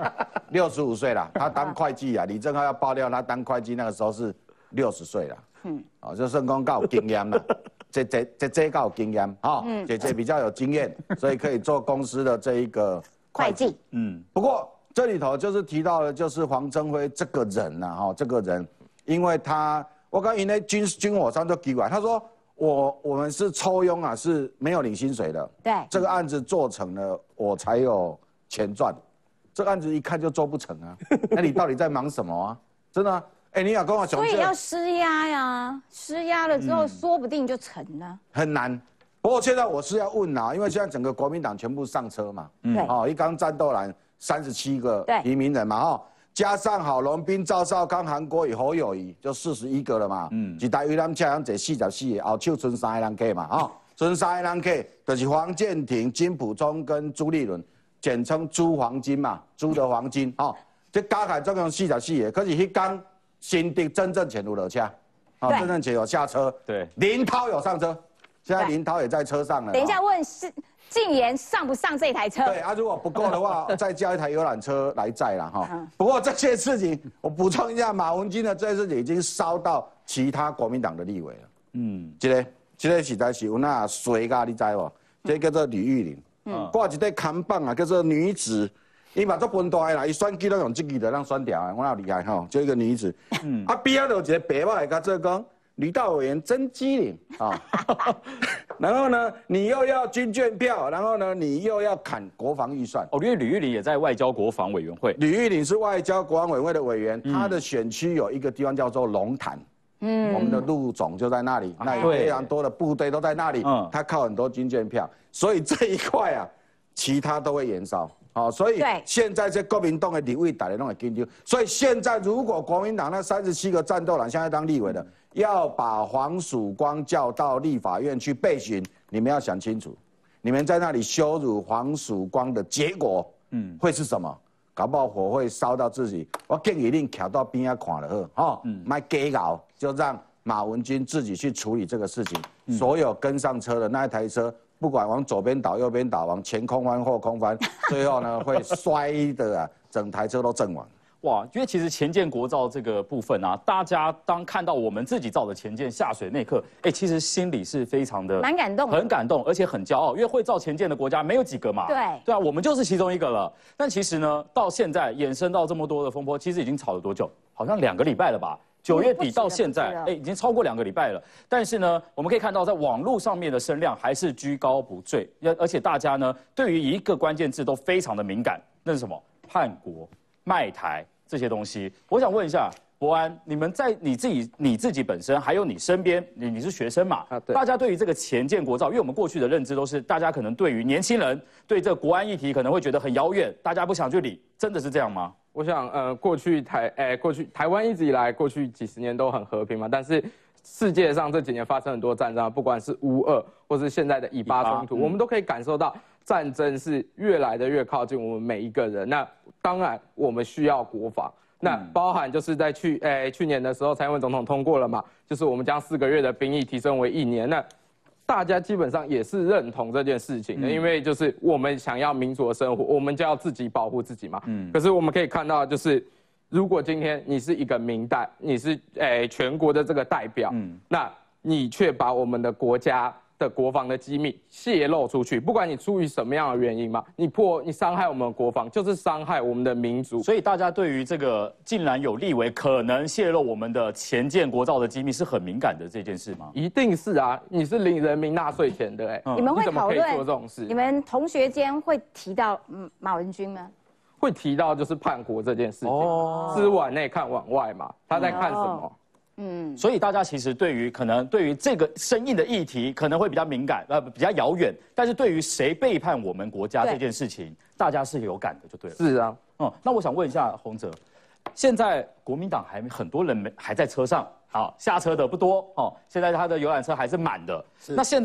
，65岁了，他当会计啊。李正浩要爆料，他当会计那个时候是60岁了。就算讲够有经验了，这够有经验，姐姐比较有经验，所以可以做公司的这一个会计。不过这里头就是提到的，就是黄征辉这个人呐，这个人，因为我刚因为军火商就奇怪，他说。我们是抽佣啊，是没有领薪水的。 对， 这个案子做成了，我才有钱赚。这个案子一看就做不成啊，那你到底在忙什么啊？真的、啊？你要跟我讲， 所以要施压呀，施压了之后，说不定就成了。 很难。不过现在我是要问啊，因为现在整个国民党全部上车嘛，一刚战斗蓝37个提名人嘛，加上郝龙斌、赵少康、韩国瑜、侯友宜，就41个了嘛。一台游览车样坐44个，后手剩3个人客嘛，剩3个人客就是黄健庭、金溥聪跟朱立伦，简称朱黄金嘛，朱的黄金，这加起来总共44个。可是迄天新的真正潜入落车，真正潜有下车， 对， 林涛有上车，现在林涛也在车上了。 等一下问是。禁言上不上这台车？ 对啊，如果不够的话，再叫一台游览车来载了哈。不过这些事情，我补充一下，马文君的这些事情已经烧到其他国民党的立委了。这个实在是有那水噶，你知无？这叫做吕玉玲，挂一块看板啊，叫做女子，伊嘛足分大的啦，伊选举都用这个的让选掉的，我哪厉害哈？就一个女子，边仔有一个白话甲做讲。吕大委员真机灵啊！然后呢，你又要军券票，然后呢，你又要砍国防预算。 因为吕玉玲也在外交国防委员会。 吕玉玲是外交国防委员会的委员，他的选区有一个地方叫做龙潭，我们的陆总就在那里，那有非常多的部队都在那里，他靠很多军券票，所以这一块啊，其他都会延烧。所以现在这国民党的立委大家都会研究，所以现在如果国民党那37个战斗蓝现在当立委的，要把黄曙光叫到立法院去备询，你们要想清楚，你们在那里羞辱黄曙光的结果，会是什么？搞不好火会烧到自己。我建议你徛到边仔看就好，卖假搞，就让马文君自己去处理这个事情。所有跟上车的那一台车。不管往左边倒、右边倒，往前空翻、后空翻，最后呢会摔的啊，整台车都震完。 哇，因为其实前舰国造这个部分啊，大家当看到我们自己造的前舰下水那一刻，其实心里是非常的蛮感动， 很感动，而且很骄傲，因为会造前舰的国家没有几个嘛。对啊，我们就是其中一个了。但其实呢，到现在衍生到这么多的风波，其实已经吵了多久？好像2个礼拜了吧。9月底到现在，已经超过2个礼拜了。但是呢，我们可以看到，在网络上面的声量还是居高不坠，而且大家呢，对于一个关键字都非常的敏感，那是什么？叛国、卖台这些东西。我想问一下博安，你们在你自己本身，还有你身边，你是学生嘛？大家对于这个前建国造，因为我们过去的认知都是，大家可能对于年轻人对这个国安议题可能会觉得很遥远，大家不想去理，真的是这样吗？ 我想，过去台湾一直以来过去几十年都很和平嘛，但是世界上这几年发生很多战争，不管是乌俄或是现在的以巴冲突，我们都可以感受到战争是越来的越靠近我们每一个人。那当然我们需要国防，那包含就是在去年的时候，蔡英文总统通过了嘛，就是我们将4个月的兵役提升为1年。那大家基本上也是认同这件事情的，因为就是我们想要民主的生活，我们就要自己保护自己嘛。可是我们可以看到，就是如果今天你是一个民代，你是全国的这个代表，那你却把我们的国家的国防的机密泄露出去，不管你出于什么样的原因嘛，你伤害我们的国防，就是伤害我们的民族。 所以大家对于这个竟然有立委可能泄露我们的前建国造的机密是很敏感的这件事吗？ 一定是啊，你是领人民纳税钱的你们会讨论做这种事？ 你们同学间会提到马文君吗？ 会提到就是叛国这件事情，知往内看往外嘛，他在看什么？ 所以大家其实对于这个生硬的议题可能会比较敏感，比较遥远。但是对于谁背叛我们国家这件事情，大家是有感的，就对了。 是啊， 那我想问一下洪哲，现在国民党很多人还在车上，下车的不多现在他的游览车还是满的。那现在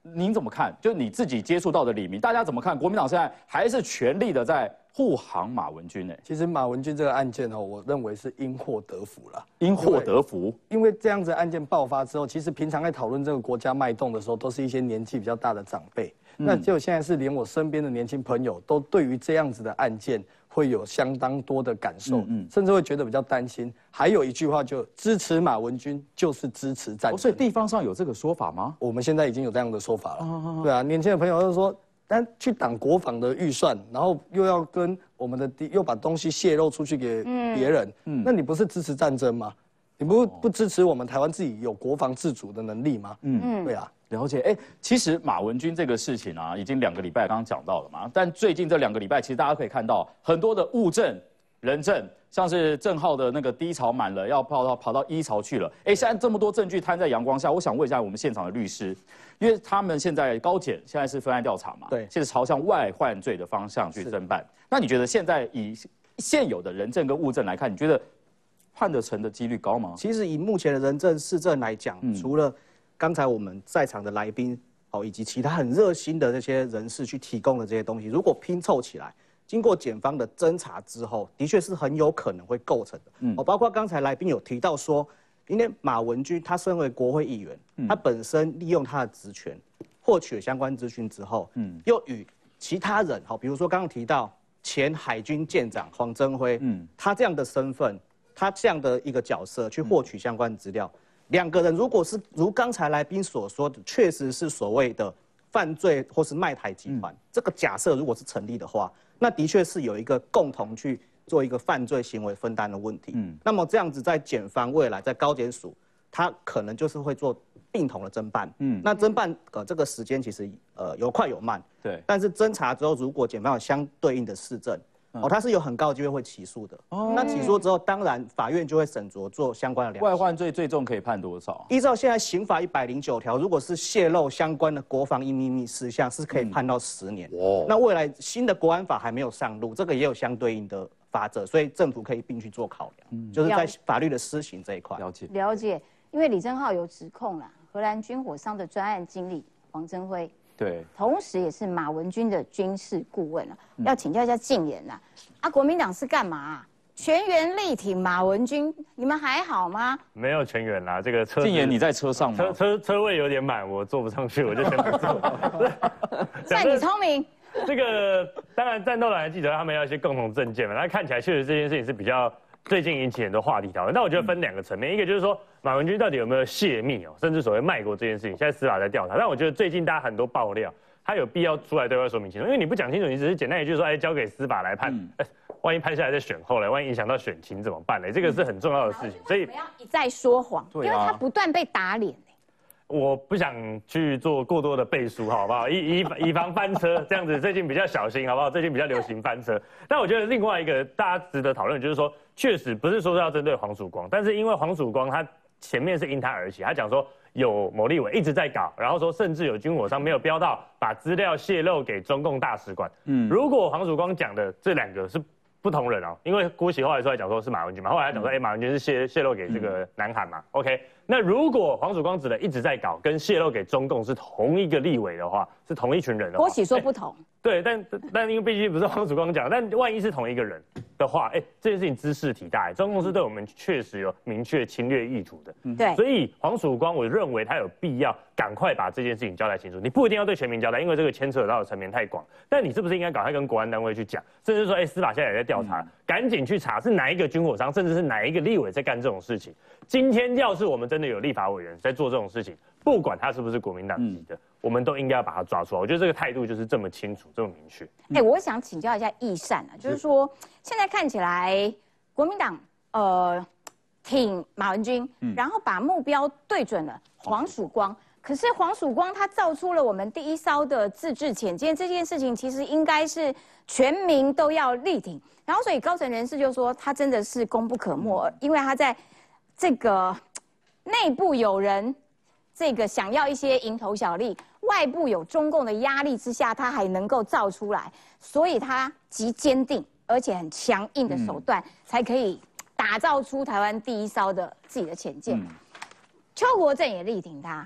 您怎么看？就你自己接触到的李明，大家怎么看？国民党现在还是全力的在护航马文君呢？ 其实马文君这个案件我认为是因祸得福了。 因祸得福， 因为这样子案件爆发之后，其实平常在讨论这个国家脉动的时候，都是一些年纪比较大的长辈。那就现在是连我身边的年轻朋友都对于这样子的案件会有相当多的感受，甚至会觉得比较担心。还有一句话就支持马文君就是支持战争。 所以地方上有这个说法吗？ 我们现在已经有这样的说法了。对啊，年轻的朋友就说，但去挡国防的预算，然后又要跟我们的又把东西泄露出去给别人，那你不是支持战争吗？你不支持我们台湾自己有国防自主的能力吗？对啊。 了解，其实马文君这个事情啊，已经2个礼拜，刚刚讲到了嘛。但最近这2个礼拜，其实大家可以看到很多的物证、人证，像是郑浩的那个低潮满了，要跑到一潮去了。现在这么多证据摊在阳光下，我想问一下我们现场的律师，因为他们现在高检现在是分案调查嘛， 对， 现在朝向外患罪的方向去侦办。那你觉得现在以现有的人证跟物证来看，你觉得判得成的几率高吗？ 其实以目前的人证、事证来讲，除了刚才我们在场的来宾以及其他很热心的这些人士去提供的这些东西，如果拼凑起来，经过检方的侦查之后，的确是很有可能会构成的。包括刚才来宾有提到说，因为马文君他身为国会议员，他本身利用他的职权获取了相关资讯之后，又与其他人比如说刚刚提到前海军舰长黄增辉，他这样的身份，他这样的一个角色去获取相关资料。2个人如果是如刚才来宾所说的，确实是所谓的犯罪或是卖台集团，这个假设如果是成立的话，那的确是有一个共同去做一个犯罪行为分担的问题。那么这样子在检方未来在高检署，他可能就是会做并同的侦办。那侦办这个时间其实有快有慢。 对。 但是侦查之后，如果检方有相对应的事证，他是有很高的机会会起诉的。那起诉之后，当然法院就会审酌做相关的量刑。 外患罪最重可以判多少？ 依照现在刑法109条，如果是泄露相关的国防秘密事项，是可以判到10年。那未来新的国安法还没有上路，这个也有相对应的法则，所以政府可以并去做考量，就是在法律的施行这一块。 了解，因为李正浩有指控啦，荷兰军火商的专案经理黄增辉。 对， 同时也是马文君的军事顾问要请教一下晋言国民党是干嘛全员力挺马文君，你们还好吗？ 没有全员啦，这个车。 晋言你在车上吗？ 车位有点满，我坐不上去，我就先不坐。 算你聪明。 这个当然战斗蓝的记者他们要一些共同政见嘛，那看起来确实这件事情是比较最近引起很多话题讨论。但我觉得分2个层面，一个就是说马文君到底有没有泄密甚至所谓卖国这件事情，现在司法在调查。但我觉得最近大家很多爆料，他有必要出来对外说明清楚，因为你不讲清楚，你只是简单一句说交给司法来判，万一判下来再选后来，万一影响到选情怎么办呢？这个是很重要的事情，所以不要一再说谎，因为他不断被打脸。 我不想去做过多的背书，好不好？以防翻车，这样子最近比较小心，好不好？最近比较流行翻车。但我觉得另外一个大家值得讨论，就是说，确实不是说要针对黄曙光，但是因为黄曙光他前面是因他而起，他讲说有某立委一直在搞，然后说甚至有军火商没有标到，把资料泄露给中共大使馆。如果黄曙光讲的这2个是不同人因为郭启后来出来讲说是马文君嘛，后来他讲说马文君是泄露给这个南韩嘛 ，OK。那如果黄曙光指的一直在搞，跟泄露给中共是同一个立委的话，是同一群人的话， 郭启说不同。 对，但因为毕竟不是黄曙光讲，但万一是同一个人的话，这件事情茲事体大，中共是对我们确实有明确侵略意图的。 对， 所以黄曙光我认为他有必要赶快把这件事情交代清楚。你不一定要对全民交代，因为这个牵扯到的层面太广。但你是不是应该赶快跟国安单位去讲，甚至说，司法现在也在调查，赶紧去查是哪一个军火商，甚至是哪一个立委在干这种事情。今天要是我们真的有立法委员在做这种事情，不管他是不是国民党籍的，我们都应该要把他抓出来。我觉得这个态度就是这么清楚，这么明确。 我想请教一下易善就是说现在看起来国民党挺马文君，然后把目标对准了黄曙光。可是黄曙光他造出了我们第1艘的自制潜舰，这件事情其实应该是全民都要力挺。然后所以高层人士就说他真的是功不可没，因为他在这个内部有人这个想要一些蝇头小利，外部有中共的压力之下，他还能够造出来，所以他极坚定而且很强硬的手段，才可以打造出台湾第1艘的自己的潜舰。邱国正也力挺他，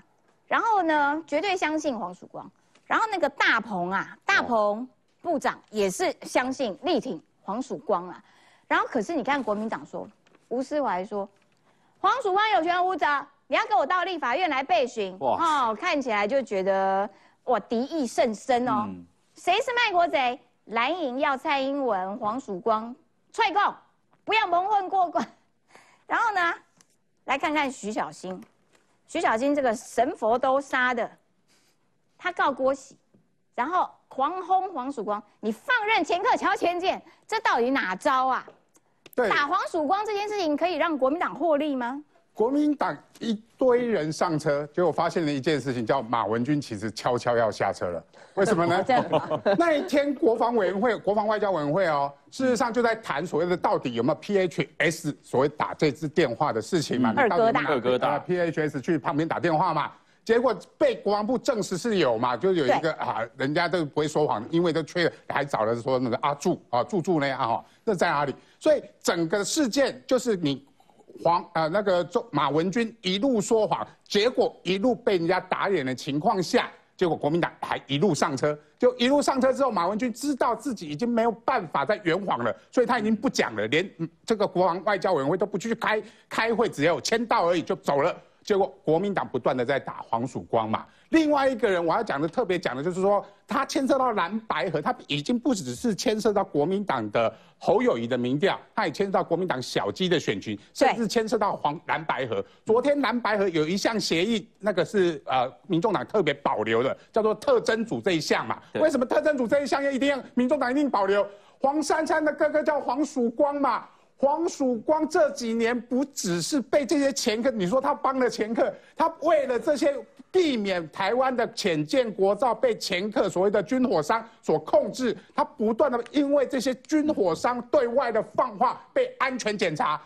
然后呢，绝对相信黄曙光。然后那个大鹏部长也是相信力挺黄曙光啊。然后可是你看国民党说，吴思怀说，黄曙光有权无责，你要给我到立法院来备询。哦，看起来就觉得哇敌意甚深哦。谁是卖国贼？蓝营要蔡英文、黄曙光踹共，不要蒙混过关。然后呢，来看看徐小新，徐小新这个神佛都杀的，他告郭喜，然后狂轰黄曙光，你放任前客瞧前见，这到底哪招啊？ 对， 打黄曙光这件事情可以让国民党获利吗？ 国民党一堆人上车，结果发现了一件事情，叫马文君其实悄悄要下车了。为什么呢？那一天国防外交委员会哦，事实上就在谈所谓的到底有没有 PHS 所谓打这支电话的事情嘛？ 二哥大 PHS 去旁边打电话嘛？结果被国防部证实是有嘛，就有一个人家都不会说谎，因为都缺了，还找了说那个阿柱柱那样那在哪里？所以整个事件就是你。那个马文君一路说谎，结果一路被人家打脸的情况下，结果国民党还一路上车，就一路上车之后，马文君知道自己已经没有办法再圆谎了，所以他已经不讲了，连这个国防外交委员会都不去开会，只有签到而已就走了。结果国民党不断的在打黄曙光嘛。另外一个人我要特别讲的就是说，他牵涉到蓝白合，他已经不只是牵涉到国民党的侯友宜的民调，他也牵涉到国民党小鸡的选群，甚至牵涉到蓝白合。昨天蓝白合有一项协议，那个是民众党特别保留的，叫做特侦组这一项嘛。为什么特侦组这一项一定要民众党一定保留？黄珊珊的哥哥叫黄曙光嘛。黄曙光这几年不只是被这些掮客，你说他帮了掮客，他为了这些避免台湾的潜舰国造被掮客所谓的军火商所控制，他不断的因为这些军火商对外的放话被安全检查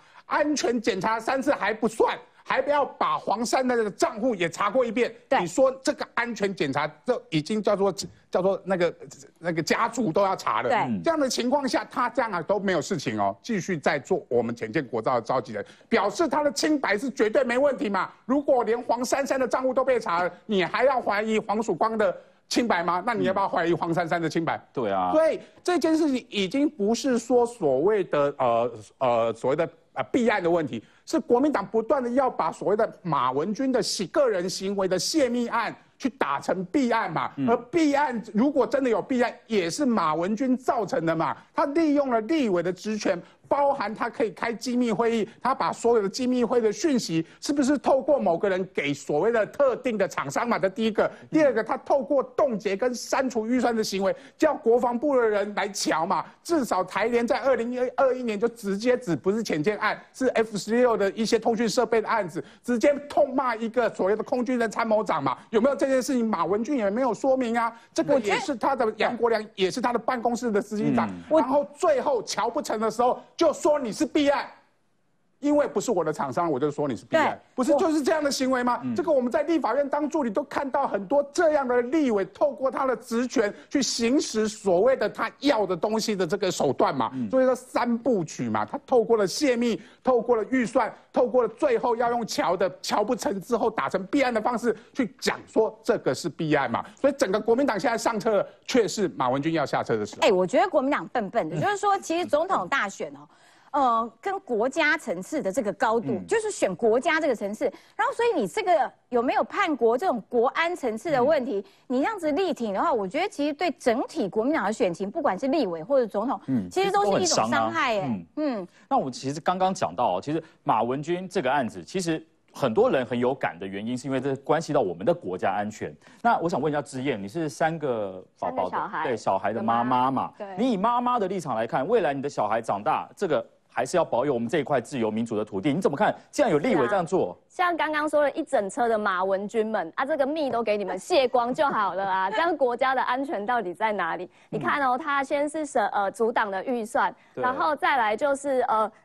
3次还不算。还不要把黄珊珊的账户也查过一遍，你说这个安全检查，这已经叫做那个家族都要查了。这样的情况下，他这样都没有事情哦，继续在做我们潜舰国造的召集人，表示他的清白是绝对没问题嘛。如果连黄珊珊的账户都被查了，你还要怀疑黄曙光的清白吗？那你要不要怀疑黄珊珊的清白？ 对啊， 所以这件事情已经不是说所谓的所谓的弊案的问题，是国民党不断的要把所谓的马文君的个人行为的泄密案去打成弊案嘛，而弊案如果真的有弊案，也是马文君造成的嘛，他利用了立委的职权。包含他可以开机密会议，他把所有的机密会的讯息，是不是透过某个人给所谓的特定的厂商嘛？这第一个，第二个，他透过冻结跟删除预算的行为，叫国防部的人来瞧嘛。至少台联在2021年就直接不是潜舰案，是 F-16的一些通讯设备的案子，直接痛骂一个所谓的空军的参谋长嘛。有没有这件事情？马文君也没有说明啊。这个也是他的杨国良，也是他的办公室的司机长。然后最后瞧不成的时候。就说你是弊案，因为不是我的厂商，我就说你是弊案，不是就是这样的行为吗？这个我们在立法院当助理都看到很多这样的立委透过他的职权去行使所谓的他要的东西的这个手段嘛，所以说3部曲嘛，他透过了泄密，透过了预算，透过了最后要用瞧不成之后打成弊案的方式去讲说这个是弊案嘛，所以整个国民党现在上车了，却是马文君要下车的时候。 我觉得国民党笨笨的，就是说其实总统大选跟国家层次的这个高度，就是选国家这个层次，然后所以你这个有没有叛国这种国安层次的问题，你这样子力挺的话，我觉得其实对整体国民党的选情，不管是立委或者总统，其实都是一种伤害那我其实刚刚讲到其实马文君这个案子，其实很多人很有感的原因，是因为这关系到我们的国家安全。那我想问一下之燕，你是3个宝宝的小孩的妈妈嘛？你以妈妈的立场来看，未来你的小孩长大，这个还是要保有我们这一块自由民主的土地，你怎么看？既然有立委这样做， 像刚刚说了一整车的马文君们这个密都给你们卸光就好了啊！这样国家的安全到底在哪里？你看他先是阻挡的预算，然后再来就是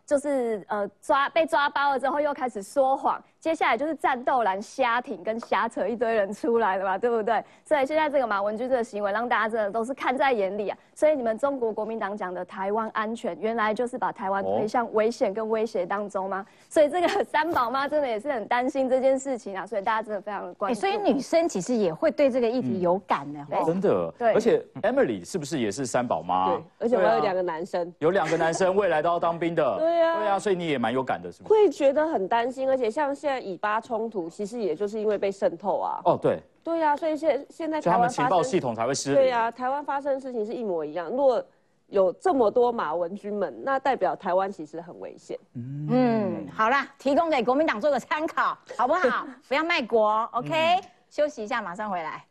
就是被抓包了之后又开始说谎，接下来就是战斗蓝瞎挺跟瞎扯一堆人出来了嘛，对不对？所以现在这个马文君这个行为让大家真的都是看在眼里啊。所以你们中国国民党讲的台湾安全，原来就是把台湾推向危险跟威胁当中吗？所以这个三宝妈真的也是很担心这件事情啊，所以大家真的非常的关注。 所以女生其实也会对这个议题有感的， 真的。 对， 而且 Emily 是不是也是三宝妈？ 对，而且我有2个男生， 有2个男生未来都要当兵的。 对啊， 对啊，所以你也蛮有感的，是不是？ 会觉得很担心，而且像现在以巴冲突，其实也就是因为被渗透啊。 哦，对。 对啊，所以现在他们情报系统才会失灵。 对啊，台湾发生的事情是一模一样。如果有这么多马文君们，那代表台湾其实很危险。 好啦，提供给国民党做个参考，好不好？不要卖国 ，OK？休息一下，马上回来。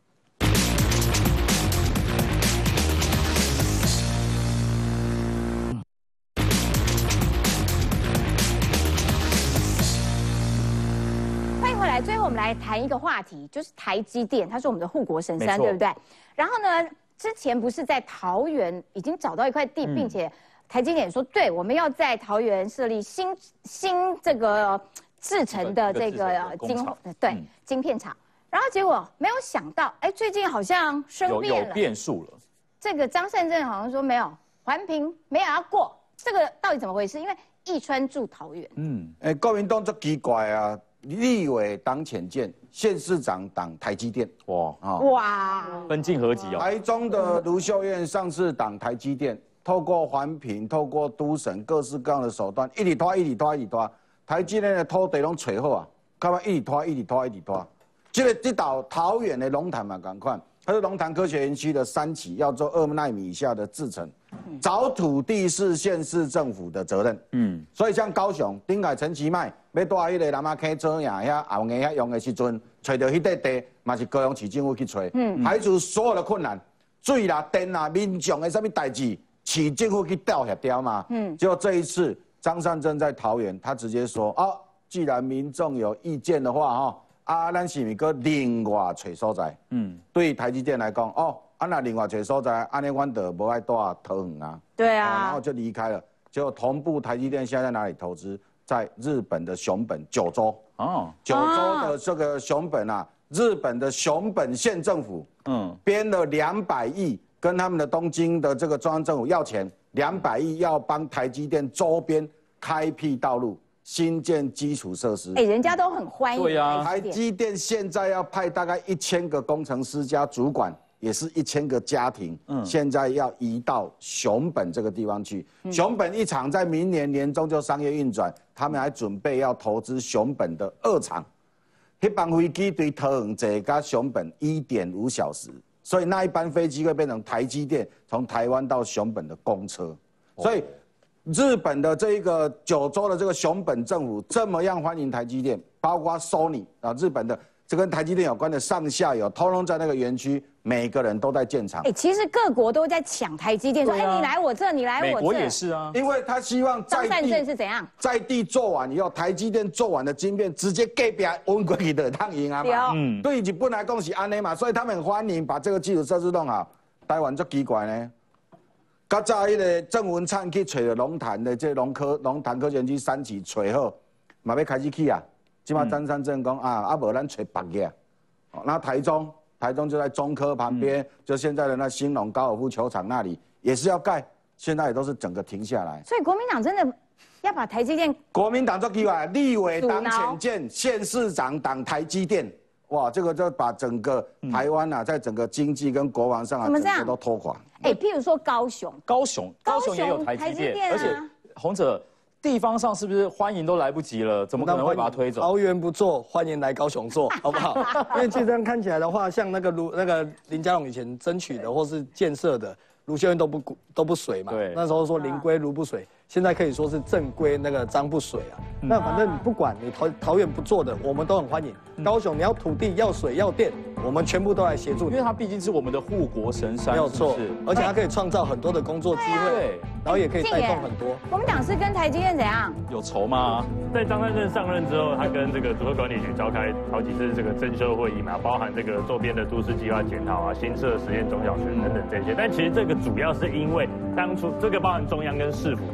欢迎回来，最后我们来谈一个话题，就是台积电，它是我们的护国神山，对不对？然后呢，之前不是在桃园已经找到一块地，并且台积电也说，对，我们要在桃园设立新这个制程的这个晶片厂。然后结果没有想到，哎，最近好像生变了， 有变数了。 这个张善政好像说没有环评没有要过，这个到底怎么回事？因为义川住桃园， 国民党足奇怪啊，立委党浅见，县市长党台积电， 哇， 分进合击哦。 台中的卢秀燕上次党台积电，透过环评，透过都审各式各样的手段，一直拖，台积电的土地拢找好啊，干嘛一直拖。这岛桃园的龙潭嘛，赶快，它是龙潭科学园区的3期，要做2奈米以下的制程，找土地是县市政府的责任。所以像高雄，顶个陈其迈要带迄个南马溪做呀，遐后硬遐用的时阵，找到迄块地，嘛是高雄市政府去找，排除所有的困难，水啦、电啦、民众的什么代志，市政府去调协调嘛。结果这一次张善政在桃园，他直接说既然民众有意见的话，咱是咪搁另外找所在？对台积电来讲，那另外找所在，安尼阮就无爱带桃园啊。 对啊， 然后就离开了。结果同步台积电现在在哪里投资？在日本的熊本九州。九州的这个熊本啊，日本的熊本县政府，编了200亿，跟他们的东京的这个中央政府要钱，200亿要帮台积电周边开辟道路。新建基础设施， 人家都很欢迎。 对呀， 台积电现在要派大概1000个工程师加主管，也是1000个家庭，现在要移到熊本这个地方去。熊本一厂在明年年中就商业运转，他们还准备要投资熊本的2厂。那班飞机对桃园坐到熊本1.5小时，所以那一班飞机会变成台积电从台湾到熊本的公车，所以。日本的这一个九州的这个熊本政府这么样欢迎台积电，包括 Sony 日本的这跟台积电有关的上下游，通通在那个园区，每个人都在建厂。 其实各国都在抢台积电，说你来我这，你来我这。 美国也是啊， 因为他希望张善政是怎样？ 在地做完以后，台积电做完的晶片直接给别运过去的当赢啊嘛。对日本来讲是安尼嘛，所以他们很欢迎把这个基础设施弄好。台湾足奇怪呢。较早迄个郑文灿去找了龙潭的这龙潭科学园区3期找好，嘛要开始起啊。即马张善政讲无咱找别个。那台中就在中科旁边，就现在的那兴隆高尔夫球场那里也是要盖，现在也都是整个停下来。 所以国民党真的要把台积电。 国民党做奇怪，立委党浅见，县市长党台积电。哇，这个就把整个台湾在整个经济跟国防上整个都拖垮。 譬如说高雄也有台积电，而且洪者地方上是不是欢迎都来不及了？怎么可能会把它推走？ 桃园不做，欢迎来高雄做，好不好？因为这样看起来的话，像那个林佳龙以前争取的或是建设的，卢秀燕都不水嘛。对，那时候说林归卢不水。现在可以说是正规那个张不水啊，那反正不管你桃园不做的，我们都很欢迎。高雄你要土地要水要电，我们全部都来协助你， 因为它毕竟是我们的护国神山， 没有错，而且它可以创造很多的工作机会，然后也可以带动很多。 国民党是跟台积电怎样？ 有仇吗？ 在张善政上任之后，他跟这个竹科管理局召开好几次这个增修会议嘛，包含这个周边的都市计划检讨啊、新设实验中小学等等这些。但其实这个主要是因为当初这个包含中央跟市府。